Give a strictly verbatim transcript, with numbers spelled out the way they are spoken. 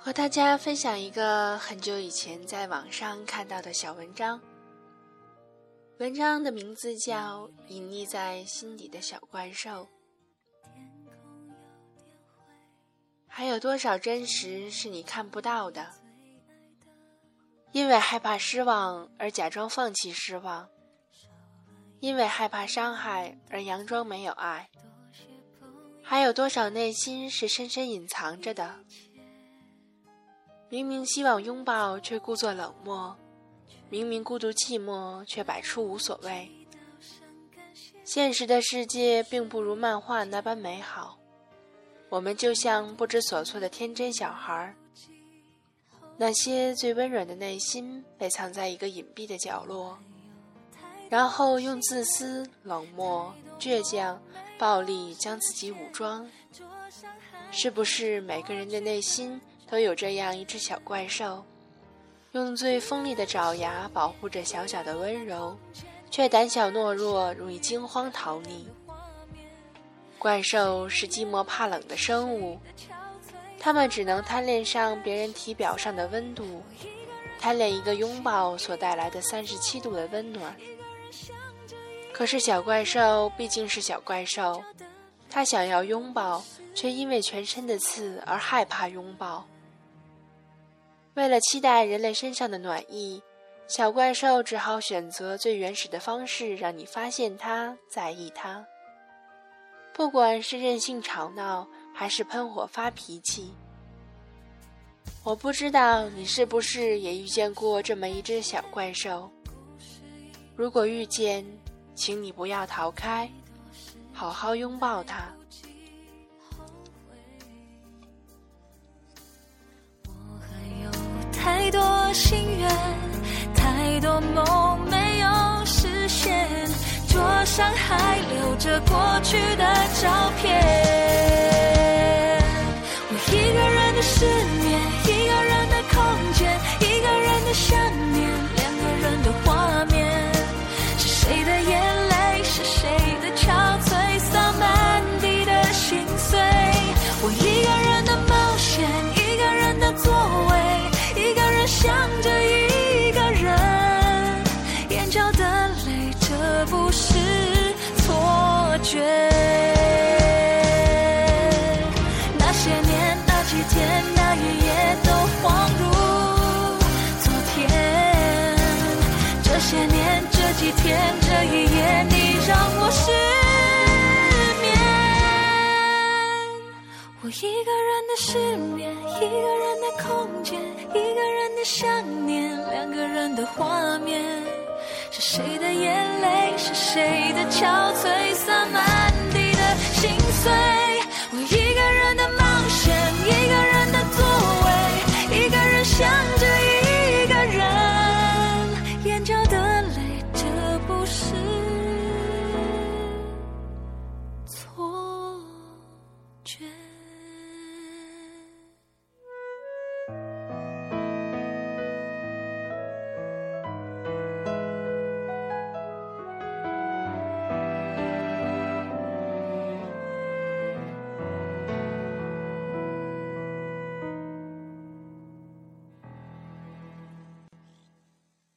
和大家分享一个很久以前在网上看到的小文章，文章的名字叫《隐匿在心底的小怪兽》。还有多少真实是你看不到的？因为害怕失望而假装放弃失望，因为害怕伤害而佯装没有爱。还有多少内心是深深隐藏着的？明明希望拥抱却故作冷漠，明明孤独寂寞却摆出无所谓。现实的世界并不如漫画那般美好，我们就像不知所措的天真小孩，那些最温软的内心被藏在一个隐蔽的角落，然后用自私、冷漠、倔强、暴力将自己武装。是不是每个人的内心都有这样一只小怪兽，用最锋利的爪牙保护着小小的温柔，却胆小懦弱，容易惊慌逃匿。怪兽是寂寞怕冷的生物，它们只能贪恋上别人体表上的温度，贪恋一个拥抱所带来的三十七度的温暖。可是小怪兽毕竟是小怪兽，它想要拥抱，却因为全身的刺而害怕拥抱。为了期待人类身上的暖意，小怪兽只好选择最原始的方式让你发现它，在意它。不管是任性吵闹，还是喷火发脾气。我不知道你是不是也遇见过这么一只小怪兽。如果遇见，请你不要逃开，好好拥抱它。 太多心愿，太多梦没有实现，桌上还留着过去的照片。我一个人的失眠，一个人的空间，一个人的想念，两个人的画面。是谁的眼泪，是谁的憔悴，洒满地的心碎。我一个人的冒险，一个人的座位，一个人想着一个人，眼角的泪，这不是错觉。那些年，那几天，那一夜都恍如昨天。这些年，这几天，这一夜，你让我失眠。我一个人的失眠，一个人的空间，一个人的想念，两个人的画面。是谁的眼泪，是谁的憔悴，洒满地的心碎。